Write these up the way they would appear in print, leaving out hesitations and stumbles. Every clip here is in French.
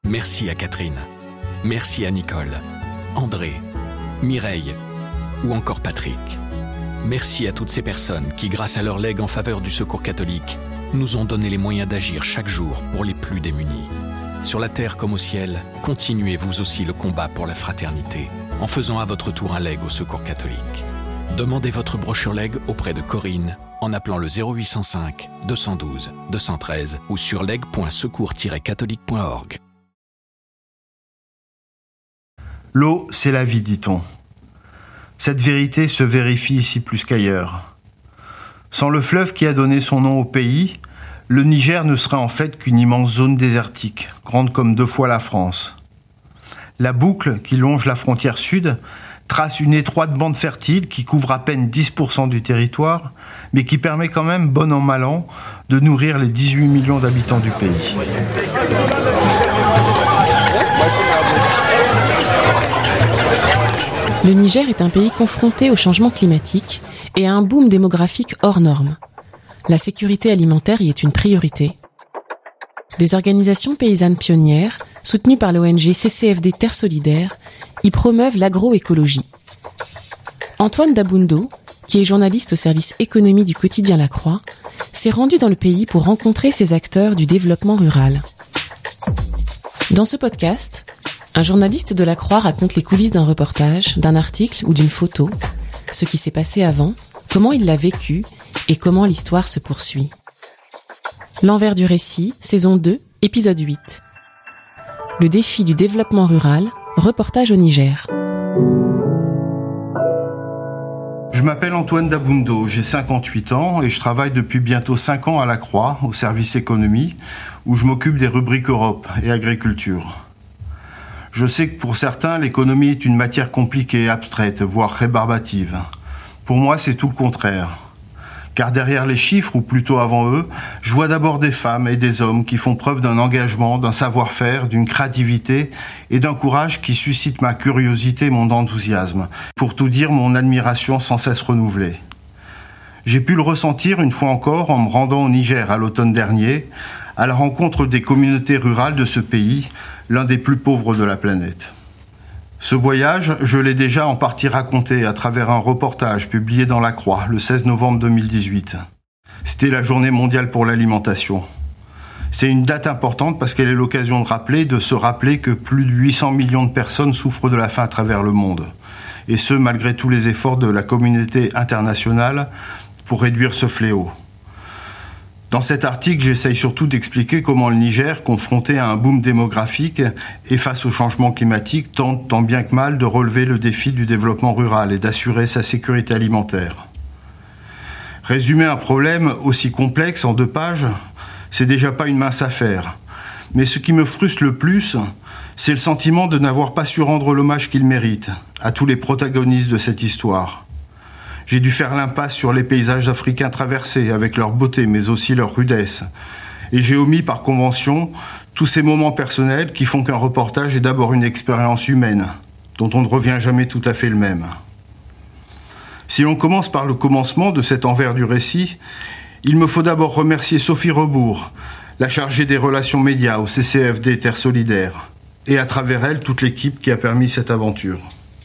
Merci à Catherine. Merci à Nicole, André, Mireille ou encore Patrick. Merci à toutes ces personnes qui, grâce à leur legs en faveur du Secours catholique, nous ont donné les moyens d'agir chaque jour pour les plus démunis. Sur la terre comme au ciel, continuez vous aussi le combat pour la fraternité en faisant à votre tour un leg au Secours catholique. Demandez votre brochure leg auprès de Corinne en appelant le 0805 212 213 ou sur leg.secours-catholique.org. L'eau, c'est la vie, dit-on. Cette vérité se vérifie ici plus qu'ailleurs. Sans le fleuve qui a donné son nom au pays, le Niger ne serait en fait qu'une immense zone désertique, grande comme 2 fois la France. La boucle qui longe la frontière sud trace une étroite bande fertile qui couvre à peine 10% du territoire, mais qui permet quand même, bon an mal an, de nourrir les 18 millions d'habitants du pays. Le Niger est un pays confronté au changement climatique et à un boom démographique hors norme. La sécurité alimentaire y est une priorité. Des organisations paysannes pionnières, soutenues par l'ONG CCFD Terre Solidaire, y promeuvent l'agroécologie. Antoine Dabundo, qui est journaliste au service économie du quotidien La Croix, s'est rendu dans le pays pour rencontrer ces acteurs du développement rural. Dans ce podcast, un journaliste de La Croix raconte les coulisses d'un reportage, d'un article ou d'une photo, ce qui s'est passé avant, comment il l'a vécu et comment l'histoire se poursuit. L'envers du récit, saison 2, épisode 8. Le défi du développement rural, reportage au Niger. Je m'appelle Antoine Dabundo, j'ai 58 ans et je travaille depuis bientôt 5 ans à La Croix, au service économie, où je m'occupe des rubriques Europe et agriculture. Je sais que pour certains, l'économie est une matière compliquée, abstraite, voire rébarbative. Pour moi, c'est tout le contraire. Car derrière les chiffres, ou plutôt avant eux, je vois d'abord des femmes et des hommes qui font preuve d'un engagement, d'un savoir-faire, d'une créativité et d'un courage qui suscite ma curiosité et mon enthousiasme. Pour tout dire, mon admiration sans cesse renouvelée. J'ai pu le ressentir une fois encore en me rendant au Niger à l'automne dernier, à la rencontre des communautés rurales de ce pays, l'un des plus pauvres de la planète. Ce voyage, je l'ai déjà en partie raconté à travers un reportage publié dans La Croix le 16 novembre 2018. C'était la Journée mondiale pour l'alimentation. C'est une date importante parce qu'elle est l'occasion de se rappeler que plus de 800 millions de personnes souffrent de la faim à travers le monde. Et ce, malgré tous les efforts de la communauté internationale pour réduire ce fléau. Dans cet article, j'essaye surtout d'expliquer comment le Niger, confronté à un boom démographique et face au changement climatique, tente tant bien que mal de relever le défi du développement rural et d'assurer sa sécurité alimentaire. Résumer un problème aussi complexe en 2 pages, c'est déjà pas une mince affaire. Mais ce qui me frustre le plus, c'est le sentiment de n'avoir pas su rendre l'hommage qu'ils méritent à tous les protagonistes de cette histoire. J'ai dû faire l'impasse sur les paysages africains traversés avec leur beauté mais aussi leur rudesse. Et j'ai omis par convention tous ces moments personnels qui font qu'un reportage est d'abord une expérience humaine, dont on ne revient jamais tout à fait le même. Si l'on commence par le commencement de cet envers du récit, il me faut d'abord remercier Sophie Rebourg, la chargée des relations médias au CCFD Terre Solidaire, et à travers elle toute l'équipe qui a permis cette aventure.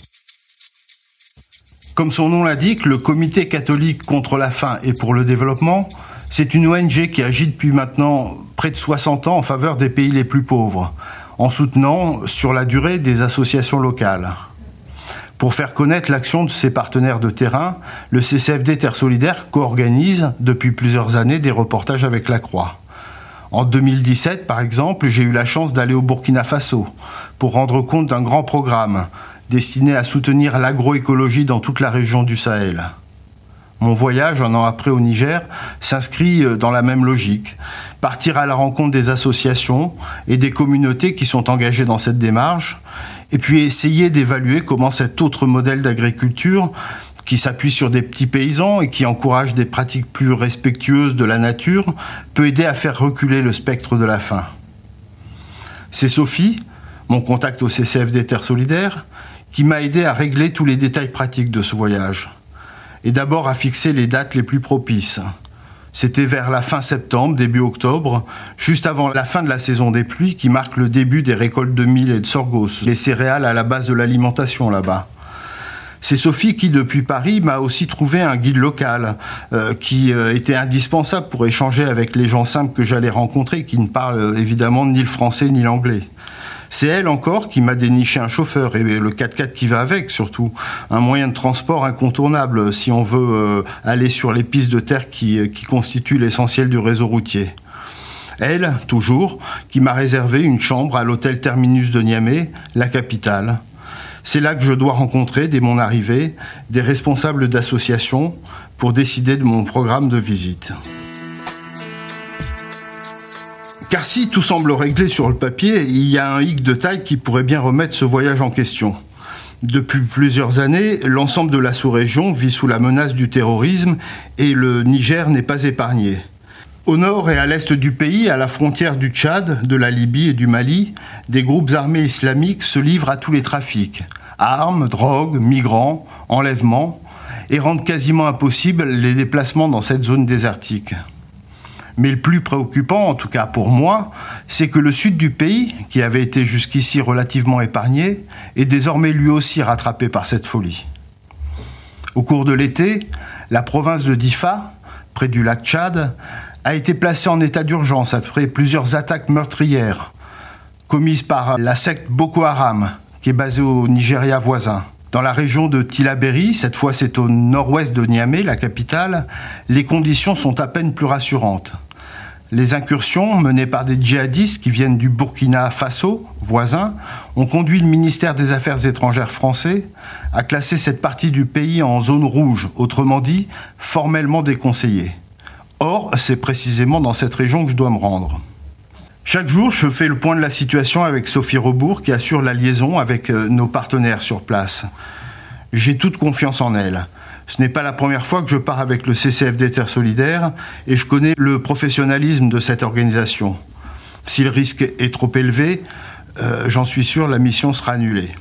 Comme son nom l'indique, le Comité catholique contre la faim et pour le développement, c'est une ONG qui agit depuis maintenant près de 60 ans en faveur des pays les plus pauvres, en soutenant sur la durée des associations locales. Pour faire connaître l'action de ses partenaires de terrain, le CCFD Terre Solidaire co-organise depuis plusieurs années des reportages avec La Croix. En 2017, par exemple, j'ai eu la chance d'aller au Burkina Faso pour rendre compte d'un grand programme destiné à soutenir l'agroécologie dans toute la région du Sahel. Mon voyage, un an après au Niger, s'inscrit dans la même logique. Partir à la rencontre des associations et des communautés qui sont engagées dans cette démarche, et puis essayer d'évaluer comment cet autre modèle d'agriculture, qui s'appuie sur des petits paysans et qui encourage des pratiques plus respectueuses de la nature, peut aider à faire reculer le spectre de la faim. C'est Sophie, mon contact au CCFD Terre Solidaire, qui m'a aidé à régler tous les détails pratiques de ce voyage. Et d'abord à fixer les dates les plus propices. C'était vers la fin septembre, début octobre, juste avant la fin de la saison des pluies qui marque le début des récoltes de mil et de sorgho, les céréales à la base de l'alimentation là-bas. C'est Sophie qui, depuis Paris, m'a aussi trouvé un guide local qui était indispensable pour échanger avec les gens simples que j'allais rencontrer, qui ne parlent évidemment ni le français ni l'anglais. C'est elle encore qui m'a déniché un chauffeur, et le 4x4 qui va avec surtout, un moyen de transport incontournable si on veut aller sur les pistes de terre qui constituent l'essentiel du réseau routier. Elle, toujours, qui m'a réservé une chambre à l'hôtel Terminus de Niamey, la capitale. C'est là que je dois rencontrer, dès mon arrivée, des responsables d'associations pour décider de mon programme de visite. Car si tout semble réglé sur le papier, il y a un hic de taille qui pourrait bien remettre ce voyage en question. Depuis plusieurs années, l'ensemble de la sous-région vit sous la menace du terrorisme et le Niger n'est pas épargné. Au nord et à l'est du pays, à la frontière du Tchad, de la Libye et du Mali, des groupes armés islamiques se livrent à tous les trafics. Armes, drogues, migrants, enlèvements, et rendent quasiment impossibles les déplacements dans cette zone désertique. Mais le plus préoccupant, en tout cas pour moi, c'est que le sud du pays, qui avait été jusqu'ici relativement épargné, est désormais lui aussi rattrapé par cette folie. Au cours de l'été, la province de Difa, près du lac Tchad, a été placée en état d'urgence après plusieurs attaques meurtrières commises par la secte Boko Haram, qui est basée au Nigeria voisin. Dans la région de Tillabéri, cette fois c'est au nord-ouest de Niamey, la capitale, les conditions sont à peine plus rassurantes. Les incursions menées par des djihadistes qui viennent du Burkina Faso, voisin, ont conduit le ministère des Affaires étrangères français à classer cette partie du pays en zone rouge, autrement dit, formellement déconseillée. Or, c'est précisément dans cette région que je dois me rendre. Chaque jour, je fais le point de la situation avec Sophie Rebourg qui assure la liaison avec nos partenaires sur place. J'ai toute confiance en elle. Ce n'est pas la première fois que je pars avec le CCFD Terre Solidaire et je connais le professionnalisme de cette organisation. Si le risque est trop élevé, j'en suis sûr, la mission sera annulée.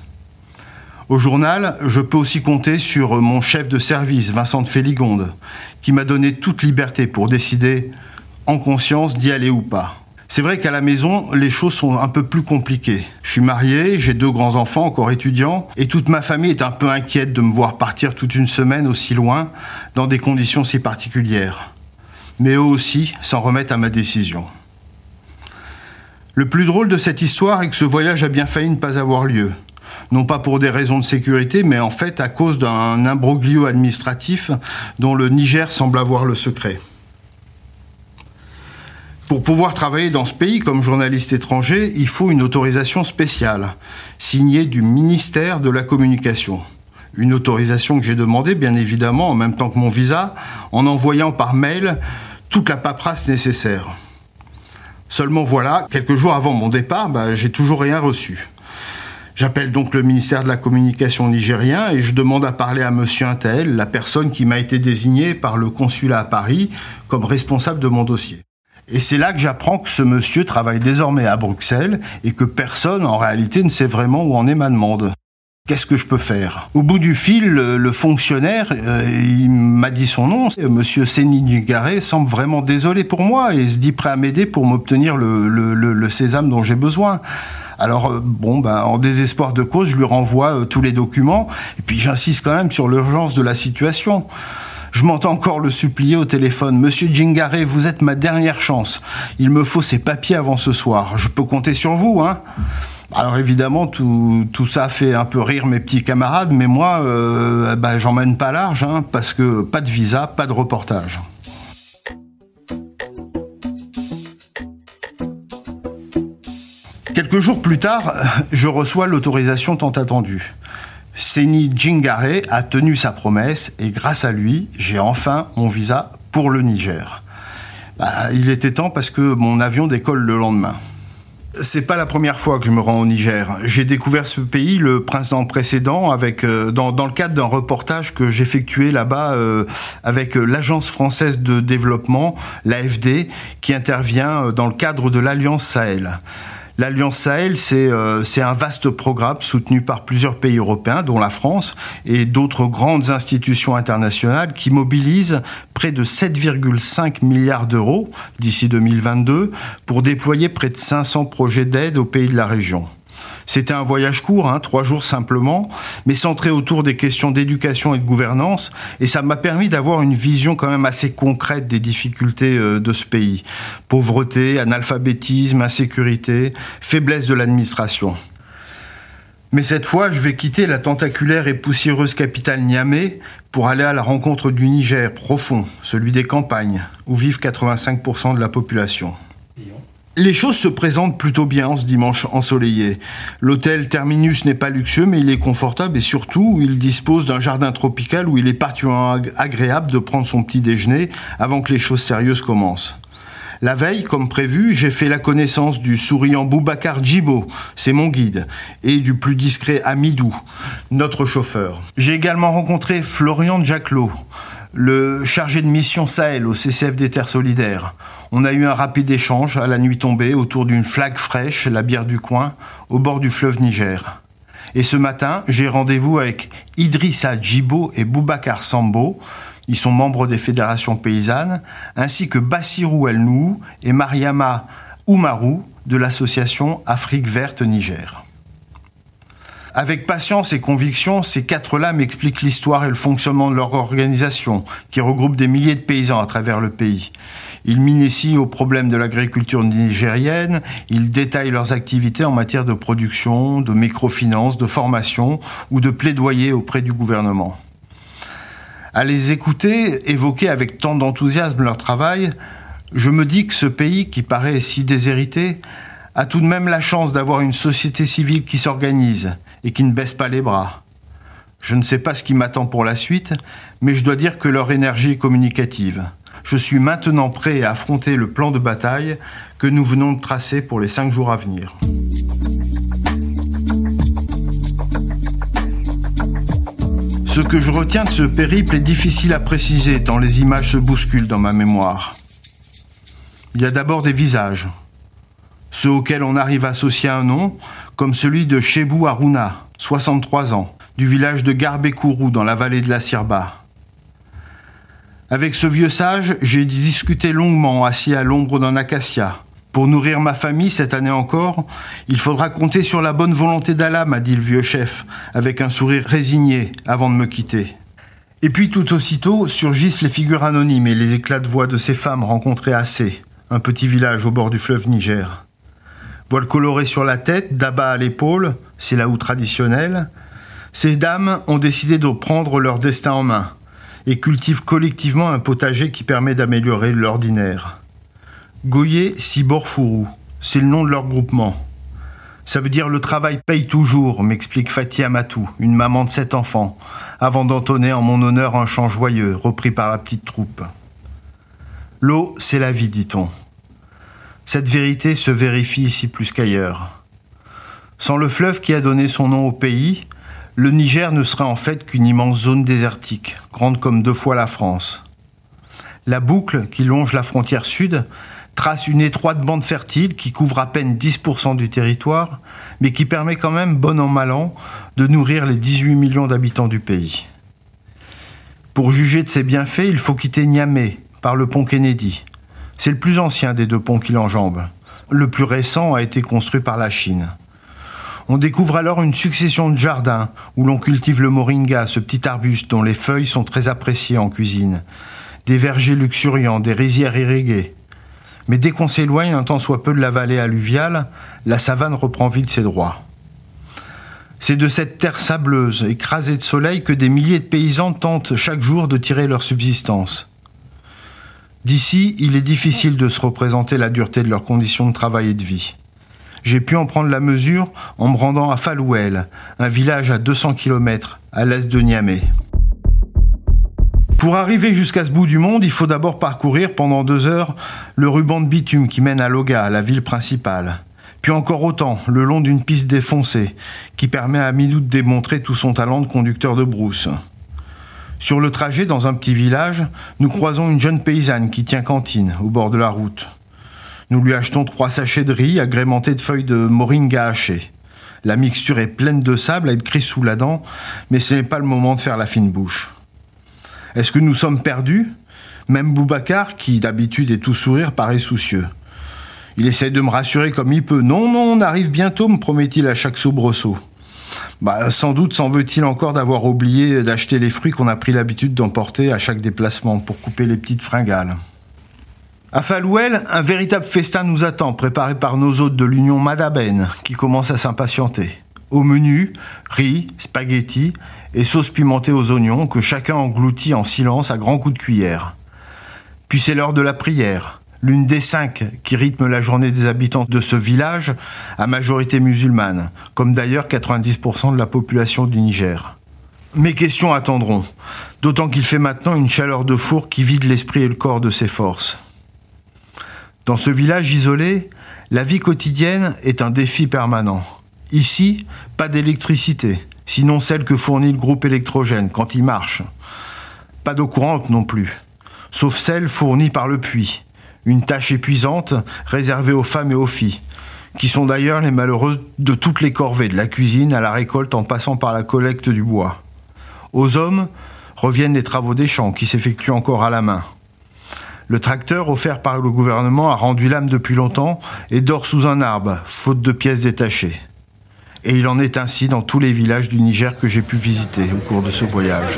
Au journal, je peux aussi compter sur mon chef de service, Vincent de Féligonde, qui m'a donné toute liberté pour décider, en conscience, d'y aller ou pas. C'est vrai qu'à la maison, les choses sont un peu plus compliquées. Je suis marié, j'ai 2 grands-enfants encore étudiants, et toute ma famille est un peu inquiète de me voir partir toute une semaine aussi loin, dans des conditions si particulières. Mais eux aussi s'en remettent à ma décision. Le plus drôle de cette histoire est que ce voyage a bien failli ne pas avoir lieu. Non pas pour des raisons de sécurité, mais en fait à cause d'un imbroglio administratif dont le Niger semble avoir le secret. Pour pouvoir travailler dans ce pays comme journaliste étranger, il faut une autorisation spéciale, signée du ministère de la Communication. Une autorisation que j'ai demandée, bien évidemment, en même temps que mon visa, en envoyant par mail toute la paperasse nécessaire. Seulement voilà, quelques jours avant mon départ, j'ai toujours rien reçu. J'appelle donc le ministère de la Communication nigérien et je demande à parler à monsieur Untel, la personne qui m'a été désignée par le consulat à Paris comme responsable de mon dossier. Et c'est là que j'apprends que ce monsieur travaille désormais à Bruxelles et que personne, en réalité, ne sait vraiment où en est ma demande. Qu'est-ce que je peux faire ? Au bout du fil, le fonctionnaire, il m'a dit son nom. Monsieur Seni Djingaré semble vraiment désolé pour moi et se dit prêt à m'aider pour m'obtenir le sésame dont j'ai besoin. Alors, en désespoir de cause, je lui renvoie tous les documents et puis j'insiste quand même sur l'urgence de la situation. Je m'entends encore le supplier au téléphone. « Monsieur Djingaré, vous êtes ma dernière chance. Il me faut ces papiers avant ce soir. Je peux compter sur vous, hein ?» Alors évidemment, tout ça fait un peu rire mes petits camarades, mais moi, j'emmène pas large, hein, parce que pas de visa, pas de reportage. Quelques jours plus tard, je reçois l'autorisation tant attendue. Seni Djingaré a tenu sa promesse et grâce à lui, j'ai enfin mon visa pour le Niger. Il était temps parce que mon avion décolle le lendemain. C'est pas la première fois que je me rends au Niger. J'ai découvert ce pays le printemps précédent avec dans le cadre d'un reportage que j'effectuais là-bas avec l'Agence française de développement, l'AFD, qui intervient dans le cadre de l'Alliance Sahel. L'Alliance Sahel, c'est un vaste programme soutenu par plusieurs pays européens, dont la France, et d'autres grandes institutions internationales qui mobilisent près de 7,5 milliards d'euros d'ici 2022 pour déployer près de 500 projets d'aide aux pays de la région. C'était un voyage court, 3 jours simplement, mais centré autour des questions d'éducation et de gouvernance, et ça m'a permis d'avoir une vision quand même assez concrète des difficultés de ce pays. Pauvreté, analphabétisme, insécurité, faiblesse de l'administration. Mais cette fois, je vais quitter la tentaculaire et poussiéreuse capitale Niamey pour aller à la rencontre du Niger profond, celui des campagnes, où vivent 85% de la population. Les choses se présentent plutôt bien en ce dimanche ensoleillé. L'hôtel Terminus n'est pas luxueux, mais il est confortable et surtout, il dispose d'un jardin tropical où il est particulièrement agréable de prendre son petit déjeuner avant que les choses sérieuses commencent. La veille, comme prévu, j'ai fait la connaissance du souriant Boubacar Djibo, c'est mon guide, et du plus discret Amidou, notre chauffeur. J'ai également rencontré Florian Jacquelot, le chargé de mission Sahel au CCF des Terres Solidaires. On a eu un rapide échange à la nuit tombée autour d'une flaque fraîche, la bière du coin, au bord du fleuve Niger. Et ce matin, j'ai rendez-vous avec Idrissa Djibo et Boubacar Sambo. Ils sont membres des fédérations paysannes, ainsi que Bassirou El Nou et Mariama Oumarou de l'association Afrique Verte Niger. Avec patience et conviction, ces 4-là m'expliquent l'histoire et le fonctionnement de leur organisation, qui regroupe des milliers de paysans à travers le pays. Ils m'initient aux problèmes de l'agriculture nigérienne, ils détaillent leurs activités en matière de production, de microfinance, de formation ou de plaidoyer auprès du gouvernement. À les écouter, évoquer avec tant d'enthousiasme leur travail, je me dis que ce pays, qui paraît si déshérité, a tout de même la chance d'avoir une société civile qui s'organise et qui ne baisse pas les bras. Je ne sais pas ce qui m'attend pour la suite, mais je dois dire que leur énergie est communicative. Je suis maintenant prêt à affronter le plan de bataille que nous venons de tracer pour les 5 jours à venir. Ce que je retiens de ce périple est difficile à préciser tant les images se bousculent dans ma mémoire. Il y a d'abord des visages, ceux auxquels on arrive à associer un nom, comme celui de Chebou Harouna, 63 ans, du village de Garbé-Kourou dans la vallée de la Sirba. Avec ce vieux sage, j'ai discuté longuement, assis à l'ombre d'un acacia. Pour nourrir ma famille cette année encore, il faudra compter sur la bonne volonté d'Allah, m'a dit le vieux chef, avec un sourire résigné avant de me quitter. Et puis tout aussitôt surgissent les figures anonymes et les éclats de voix de ces femmes rencontrées à Sé, un petit village au bord du fleuve Niger. Voile colorée sur la tête, daba à l'épaule, c'est la houe traditionnelle. Ces dames ont décidé de prendre leur destin en main et cultivent collectivement un potager qui permet d'améliorer l'ordinaire. Goyé Siborfourou, c'est le nom de leur groupement. Ça veut dire le travail paye toujours, m'explique Fatih Amatou, une maman de 7 enfants, avant d'entonner en mon honneur un chant joyeux, repris par la petite troupe. L'eau, c'est la vie, dit-on. Cette vérité se vérifie ici plus qu'ailleurs. Sans le fleuve qui a donné son nom au pays, le Niger ne serait en fait qu'une immense zone désertique, grande comme 2 fois la France. La boucle qui longe la frontière sud trace une étroite bande fertile qui couvre à peine 10% du territoire, mais qui permet quand même, bon an mal an, de nourrir les 18 millions d'habitants du pays. Pour juger de ses bienfaits, il faut quitter Niamey, par le pont Kennedy. C'est le plus ancien des 2 ponts qui l'enjambent. Le plus récent a été construit par la Chine. On découvre alors une succession de jardins où l'on cultive le moringa, ce petit arbuste dont les feuilles sont très appréciées en cuisine. Des vergers luxuriants, des rizières irriguées. Mais dès qu'on s'éloigne un tant soit peu de la vallée alluviale, la savane reprend vite ses droits. C'est de cette terre sableuse, écrasée de soleil, que des milliers de paysans tentent chaque jour de tirer leur subsistance. D'ici, il est difficile de se représenter la dureté de leurs conditions de travail et de vie. J'ai pu en prendre la mesure en me rendant à Falouel, un village à 200 km à l'est de Niamey. Pour arriver jusqu'à ce bout du monde, il faut d'abord parcourir pendant 2 heures le ruban de bitume qui mène à Loga, la ville principale. Puis encore autant, le long d'une piste défoncée, qui permet à Amidou de démontrer tout son talent de conducteur de brousse. Sur le trajet, dans un petit village, nous croisons une jeune paysanne qui tient cantine, au bord de la route. Nous lui achetons 3 sachets de riz agrémentés de feuilles de moringa hachées. La mixture est pleine de sable, elle crie sous la dent, mais ce n'est pas le moment de faire la fine bouche. Est-ce que nous sommes perdus ? Même Boubacar, qui d'habitude est tout sourire, paraît soucieux. Il essaie de me rassurer comme il peut. Non, on arrive bientôt, me promet-il à chaque soubresaut. Sans doute s'en veut-il encore d'avoir oublié d'acheter les fruits qu'on a pris l'habitude d'emporter à chaque déplacement pour couper les petites fringales. À Falouel, un véritable festin nous attend, préparé par nos hôtes de l'Union Madaben, qui commencent à s'impatienter. Au menu, riz, spaghettis et sauce pimentée aux oignons que chacun engloutit en silence à grands coups de cuillère. Puis c'est l'heure de la prière, l'une des 5 qui rythme la journée des habitants de ce village à majorité musulmane, comme d'ailleurs 90% de la population du Niger. Mes questions attendront, d'autant qu'il fait maintenant une chaleur de four qui vide l'esprit et le corps de ses forces. Dans ce village isolé, la vie quotidienne est un défi permanent. Ici, pas d'électricité, sinon celle que fournit le groupe électrogène quand il marche. Pas d'eau courante non plus, sauf celle fournie par le puits. Une tâche épuisante réservée aux femmes et aux filles, qui sont d'ailleurs les malheureuses de toutes les corvées, de la cuisine à la récolte en passant par la collecte du bois. Aux hommes reviennent les travaux des champs qui s'effectuent encore à la main. Le tracteur offert par le gouvernement a rendu l'âme depuis longtemps et dort sous un arbre, faute de pièces détachées. Et il en est ainsi dans tous les villages du Niger que j'ai pu visiter au cours de ce voyage.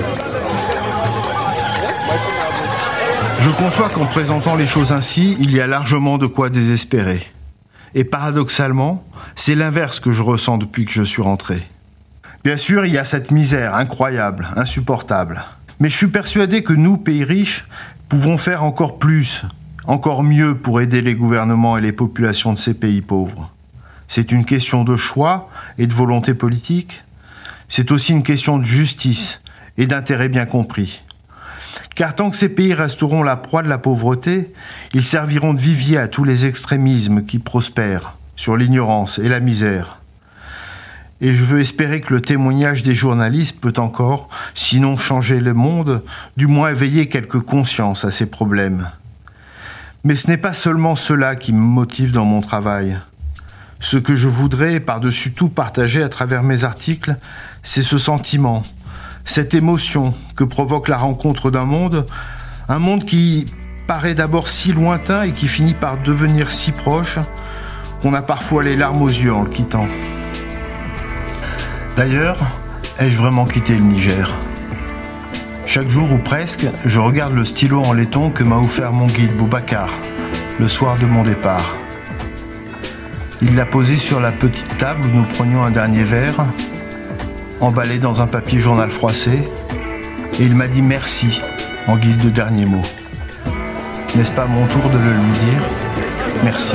Je conçois qu'en présentant les choses ainsi, il y a largement de quoi désespérer. Et paradoxalement, c'est l'inverse que je ressens depuis que je suis rentré. Bien sûr, il y a cette misère incroyable, insupportable. Mais je suis persuadé que nous, pays riches, pouvons faire encore plus, encore mieux pour aider les gouvernements et les populations de ces pays pauvres. C'est une question de choix et de volonté politique. C'est aussi une question de justice et d'intérêt bien compris. Car tant que ces pays resteront la proie de la pauvreté, ils serviront de vivier à tous les extrémismes qui prospèrent sur l'ignorance et la misère. Et je veux espérer que le témoignage des journalistes peut encore, sinon changer le monde, du moins éveiller quelque conscience à ces problèmes. Mais ce n'est pas seulement cela qui me motive dans mon travail. Ce que je voudrais par-dessus tout partager à travers mes articles, c'est ce sentiment, cette émotion que provoque la rencontre d'un monde, un monde qui paraît d'abord si lointain et qui finit par devenir si proche qu'on a parfois les larmes aux yeux en le quittant. D'ailleurs, ai-je vraiment quitté le Niger ? Chaque jour ou presque, je regarde le stylo en laiton que m'a offert mon guide Boubacar, le soir de mon départ. Il l'a posé sur la petite table où nous prenions un dernier verre, emballé dans un papier journal froissé, et il m'a dit merci en guise de dernier mot. N'est-ce pas mon tour de le lui dire ? Merci.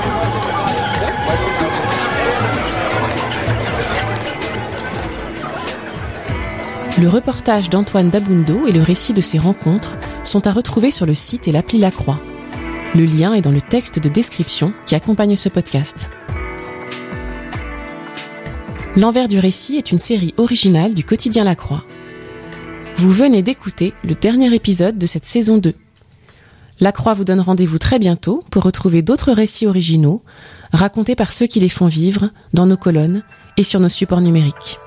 Le reportage d'Antoine Dabundo et le récit de ces rencontres sont à retrouver sur le site et l'appli La Croix. Le lien est dans le texte de description qui accompagne ce podcast. L'envers du récit est une série originale du quotidien La Croix. Vous venez d'écouter le dernier épisode de cette saison 2. La Croix vous donne rendez-vous très bientôt pour retrouver d'autres récits originaux racontés par ceux qui les font vivre dans nos colonnes et sur nos supports numériques.